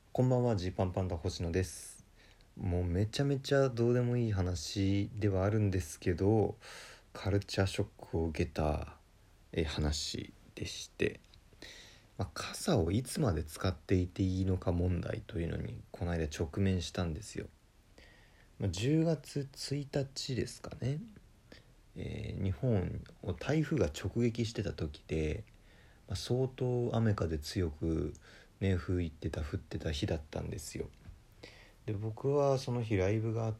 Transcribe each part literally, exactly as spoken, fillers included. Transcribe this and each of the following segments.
こんばんは。ジーパンパンダ星野です。もうめちゃめちゃどうでもいい話ではあるんですけど、カルチャーショックを受けたえ話でして、まあ、傘をいつまで使っていていいのか問題というのにこの間直面したんですよ。まあ、じゅうがつついたちですかね、えー日本を台風が直撃してた時で、まあ、相当雨風強くね吹いてた降ってた日だったんですよ。で僕はその日ライブがあって、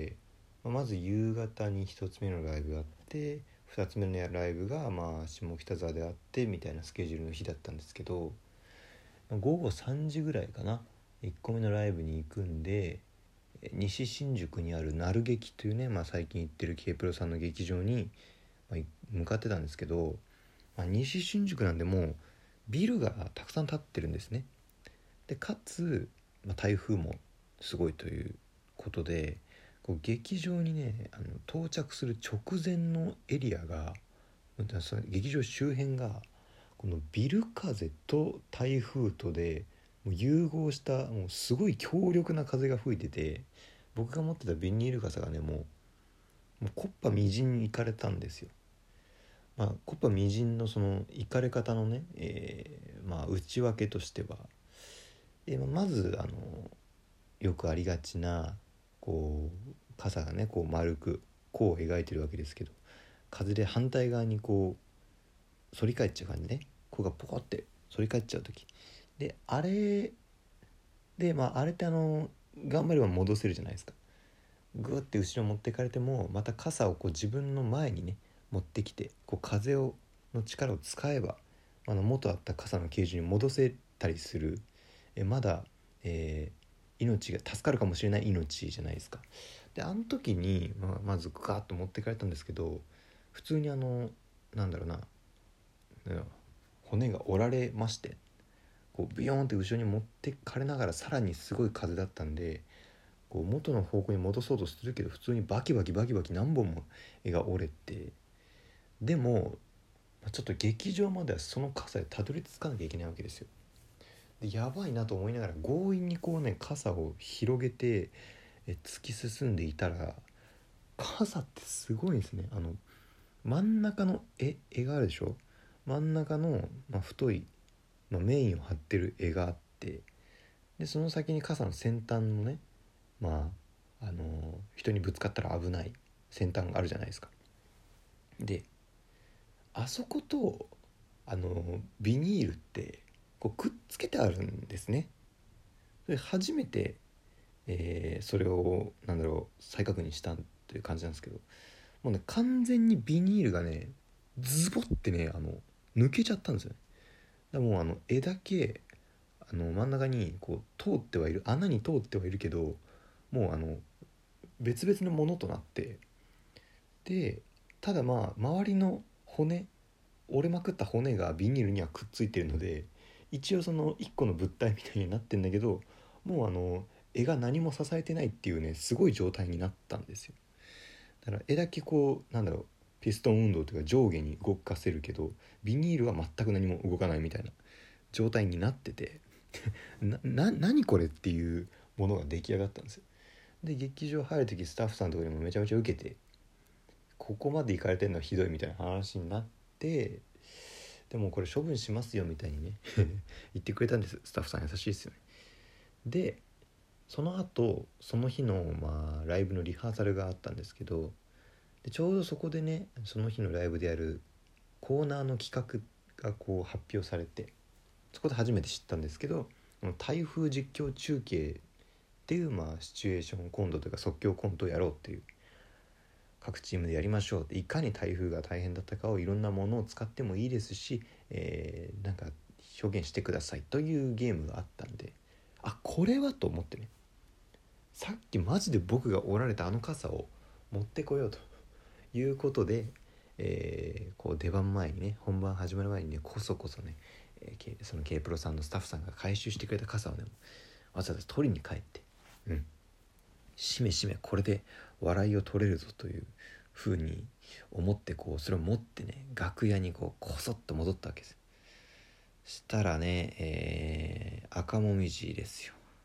まあまず夕方にひとつめのライブがあって、ふたつめのライブがまあ下北沢であってみたいなスケジュールの日だったんですけど、午後さんじぐらいかな、いっこめのライブに行くんで、西新宿にあるなる劇というね、まあ、最近行ってる K プロさんの劇場に向かってたんですけど、まあ、西新宿なんでもうビルがたくさん建ってるんですね。でかつ、まあ、台風もすごいということで、こう劇場にね、あの到着する直前のエリアが、その劇場周辺がこのビル風と台風とでもう融合したもうすごい強力な風が吹いてて、僕が持ってたビニール傘がね、もうもうコッパみじんにいかれたんですよ。まあコッパみじんのそのいかれ方のね、えー、まあ内訳としては、えー、まずあのよくありがちなこう傘がねこう丸く弧を描いてるわけですけど、風で反対側にこう反り返っちゃう感じね、ここがポコって反り返っちゃう時で、あれでまああれってあの頑張れば戻せるじゃないですか。グーって後ろ持ってかれてもまた傘をこう自分の前にね持ってきて、こう風をの力を使えばあの元あった傘の形状に戻せたりする、えまだ、えー命が助かるかもしれない命じゃないですか。であの時に、まあ、まずガーッと持ってかれたんですけど、普通にあのなんだろうな、骨が折られまして、こうビヨーンって後ろに持ってかれながらさらにすごい風だったんで、こう元の方向に戻そうとするけど普通にバキバキバキバキ何本も絵が折れて、でもちょっと劇場まではその傘でたどり着かなきゃいけないわけですよ。でやばいなと思いながら強引にこうね傘を広げてえ突き進んでいたら、傘ってすごいですね。あの真ん中の絵絵があるでしょ。真ん中の、まあ、太い、まあ、メインを張ってる絵があって、でその先に傘の先端のね、まああの人にぶつかったら危ない先端があるじゃないですか。であそことあのビニールってこうくっつけてあるんですね。で初めて、えーそれをなんだろう再確認したという感じなんですけど、もうね完全にビニールがねズボってねあの抜けちゃったんですよね。だからもうあの絵だけあの真ん中にこう通ってはいる、穴に通ってはいるけど、もうあの別々のものとなって、でただまあ周りの骨、折れまくった骨がビニールにはくっついてるので、一応その一個の物体みたいになってんだけど、もうあの絵が何も支えてないっていうねすごい状態になったんですよ。だから絵だけこうなんだろうピストン運動というか上下に動かせるけど、ビニールは全く何も動かないみたいな状態になっててな、な、何これっていうものが出来上がったんですよ。で劇場入る時スタッフさんとかにもめちゃめちゃ受けて、ここまで行かれてんのはひどいみたいな話になって、でもこれ処分しますよみたいにね言ってくれたんです。スタッフさん優しいですよね。でその後その日のまあライブのリハーサルがあったんですけど、でちょうどそこでねその日のライブでやるコーナーの企画がこう発表されて、そこで初めて知ったんですけど、台風実況中継っていうまあシチュエーションコントというか即興コントをやろうっていう、各チームでやりましょうって、いかに台風が大変だったかをいろんなものを使ってもいいですし、えー、なんか表現してくださいというゲームがあったんで、あこれはと思ってね、さっきマジで僕が折られたあの傘を持ってこようということで、えー、こう出番前にね本番始まる前にねこそこそね、えー、その K プロさんのスタッフさんが回収してくれた傘をねわざわざ取りに帰って、うんしめしめこれで笑いを取れるぞという風に思って、こうそれを持ってね楽屋にこうこそっと戻ったわけです。したらね、えー、赤もみじですよ。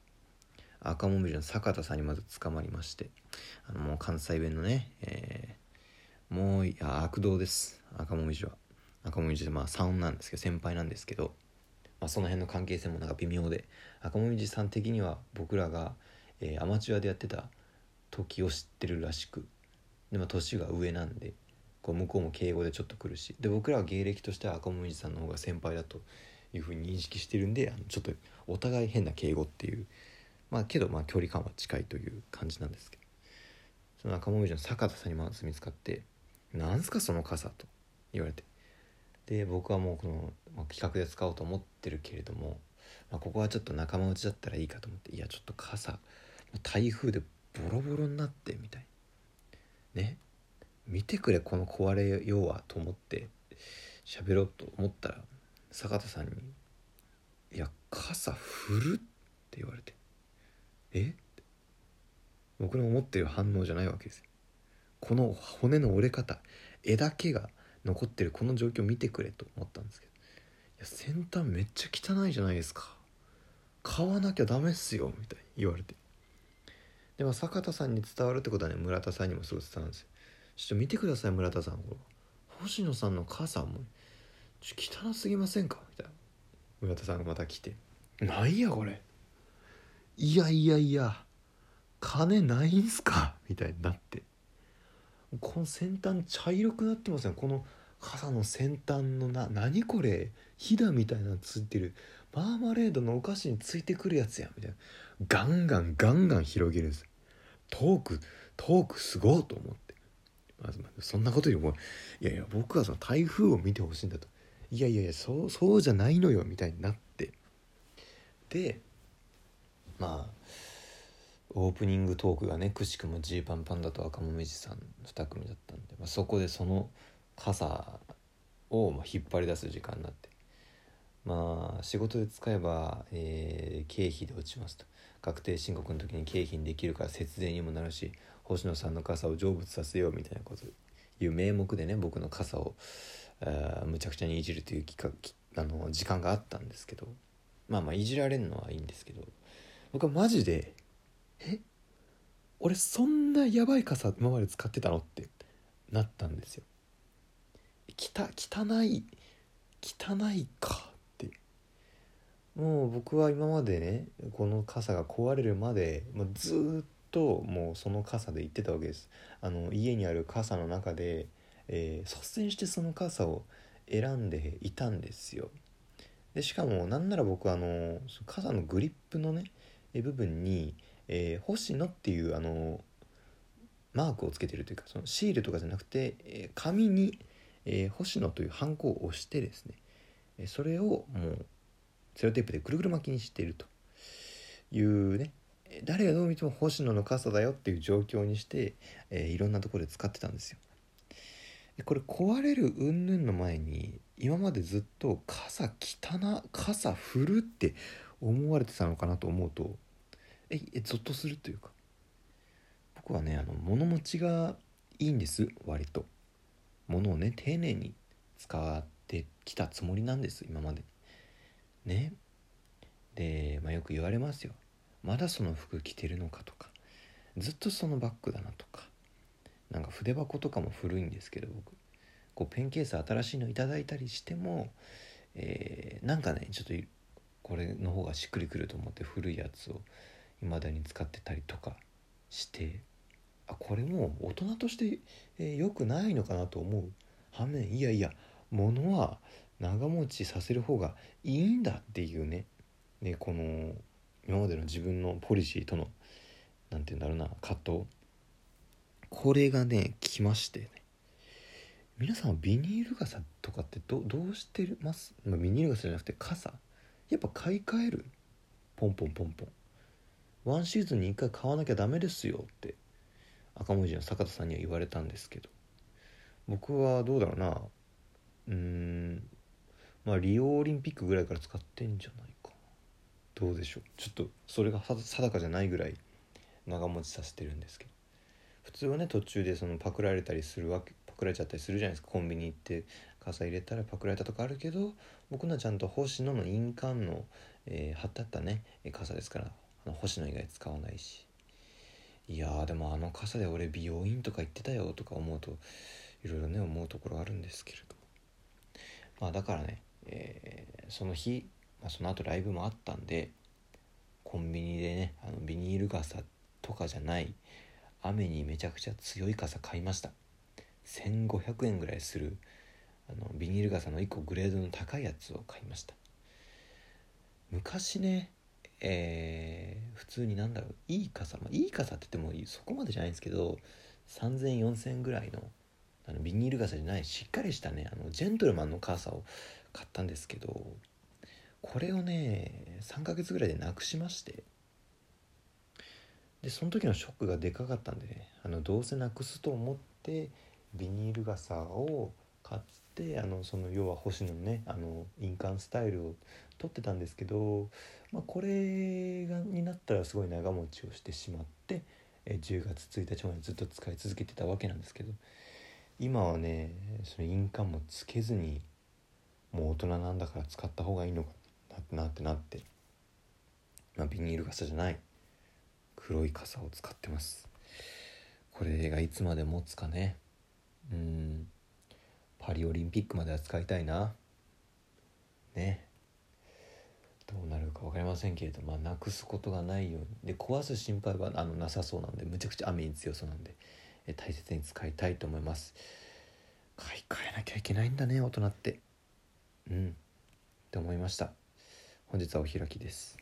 赤もみじの坂田さんにまず捕まりまして、あのもう関西弁のね、えー、もういや悪童です。赤もみじは赤もみじでまあさんなんですけど先輩なんですけど、まあ、その辺の関係性もなんか微妙で、赤もみじさん的には僕らが、えー、アマチュアでやってた時を知ってるらしく、でも年が上なんでこう向こうも敬語でちょっと来るし、で僕らは芸歴としては赤もみじさんの方が先輩だというふうに認識してるんで、あのちょっとお互い変な敬語っていう、まあけどまあ距離感は近いという感じなんですけど、その赤もみじの坂田さんにまず見つかって「なんすかその傘」と言われて、で僕はもうこの、まあ、企画で使おうと思ってるけれども、まあ、ここはちょっと仲間内だったらいいかと思って、いやちょっと傘台風でボロボロになってみたいね、見てくれこの壊れようはと思って喋ろうと思ったら、坂田さんに「いや傘振る」って言われて、え僕の思ってる反応じゃないわけですよ。この骨の折れ方、絵だけが残ってるこの状況見てくれと思ったんですけど、いや先端めっちゃ汚いじゃないですか、買わなきゃダメっすよみたいに言われて、でも坂田さんに伝わるってことはね、村田さんにもすごい伝わるんですよ。ちょっと見てください村田さん、これ星野さんの傘もちょ汚すぎませんかみたいな、村田さんがまた来て、なんやこれ、いやいやいや金ないんすかみたいになって、この先端茶色くなってますね、この傘の先端のな、何これひだみたいなのついてる、マーマレードのお菓子についてくるやつやみたいな、ガンガンガンガン広げるんです。トークトークすごいと思って、まずまずそんなことよりも、いやいや僕はその台風を見てほしいんだと、いやいやいやそうそうじゃないのよみたいになって、でまあオープニングトークがね、くしくもジーパンパンダと赤もみじさんに組だったんで、まあ、そこでその傘をまあ引っ張り出す時間になって、まあ仕事で使えば、えー経費で落ちますと、確定申告の時に経費にできるから節税にもなるし、星野さんの傘を成仏させようみたいなこという名目でね、僕の傘をあむちゃくちゃにいじるという企画あの時間があったんですけど、まあまあいじられるのはいいんですけど、僕はマジでえ俺そんなやばい傘今まで使ってたのってなったんですよ。きた汚い汚いかって、もう僕は今までねこの傘が壊れるまでもうずっともうその傘で行ってたわけです。あの家にある傘の中で、えー率先してその傘を選んでいたんですよ。でしかもなんなら僕あの傘のグリップのね部分に、えー、星野っていうあのマークをつけてるというか、そのシールとかじゃなくて、えー紙に、えー星野というハンコを押してですね、えーそれをもうセロテープでぐるぐる巻きにしているというね、誰がどう見ても星野の傘だよっていう状況にして、えーいろんなところで使ってたんですよ。でこれ壊れる云々の前に今までずっと傘汚傘振るって思われてたのかなと思うと、ええゾッとするというか、僕はねあの物持ちがいいんです。割と物をね丁寧に使ってきたつもりなんです今までね。で、まあ、よく言われますよ、まだその服着てるのかとか、ずっとそのバッグだなとか、なんか筆箱とかも古いんですけど、僕こうペンケース新しいのいただいたりしても、えー、なんかねちょっとこれの方がしっくりくると思って古いやつを未だに使ってたりとかして、あこれもう大人として、えー、良くないのかなと思う反面、いやいや物は長持ちさせる方がいいんだっていうね、ねこの今までの自分のポリシーとのなんて言うんだろうな葛藤、これがね来ましてね、皆さんはビニール傘とかって ど, どうしてます、まあ、ビニール傘じゃなくて傘やっぱ買い替える、ポンポンポンポンワンシーズンにいっかい買わなきゃダメですよって赤文字の坂田さんには言われたんですけど、僕はどうだろうな、うーんまあリオオリンピックぐらいから使ってんじゃないかな、どうでしょう、ちょっとそれが定かじゃないぐらい長持ちさせてるんですけど、普通はね途中でそのパクられたりするわけ、パクられちゃったりするじゃないですか。コンビニ行って傘入れたらパクられたとかあるけど、僕のはちゃんと星野の印鑑の、えー貼ってあったね傘ですからあの星野以外使わないし。いやーでもあの傘で俺美容院とか行ってたよとか思うといろいろね思うところあるんですけれども、まあだからね、えーその日、まあ、その後ライブもあったんでコンビニでねあのビニール傘とかじゃない雨にめちゃくちゃ強い傘買いました。せんごひゃくえんぐらいするあのビニール傘のいっこグレードの高いやつを買いました。昔ね、えー普通になんだろういい傘、まあ、いい傘って言ってもそこまでじゃないんですけどさんぜんよんせんえんぐらいのあのビニール傘じゃないしっかりしたねあのジェントルマンの傘を買ったんですけど、これをねさんかげつぐらいでなくしまして、でその時のショックがでかかったんで、ね、あのどうせなくすと思ってビニール傘を買ってあのその要は星野のねあの印鑑スタイルを撮ってたんですけど、まあ、これがになったらすごい長持ちをしてしまってえじゅうがつついたちまでずっと使い続けてたわけなんですけど、今はねその印鑑もつけずにもう大人なんだから使った方がいいのかなってなって、まあ、ビニール傘じゃない黒い傘を使ってます。これがいつまで持つかね。うーんパリオリンピックまでは使いたいなね。どうなるか分かりませんけれど、まあなくすことがないようにで壊す心配はあのなさそうなんでむちゃくちゃ雨に強そうなんでえ大切に使いたいと思います。買い替えなきゃいけないんだね大人って、うんって思いました。本日はお開きです。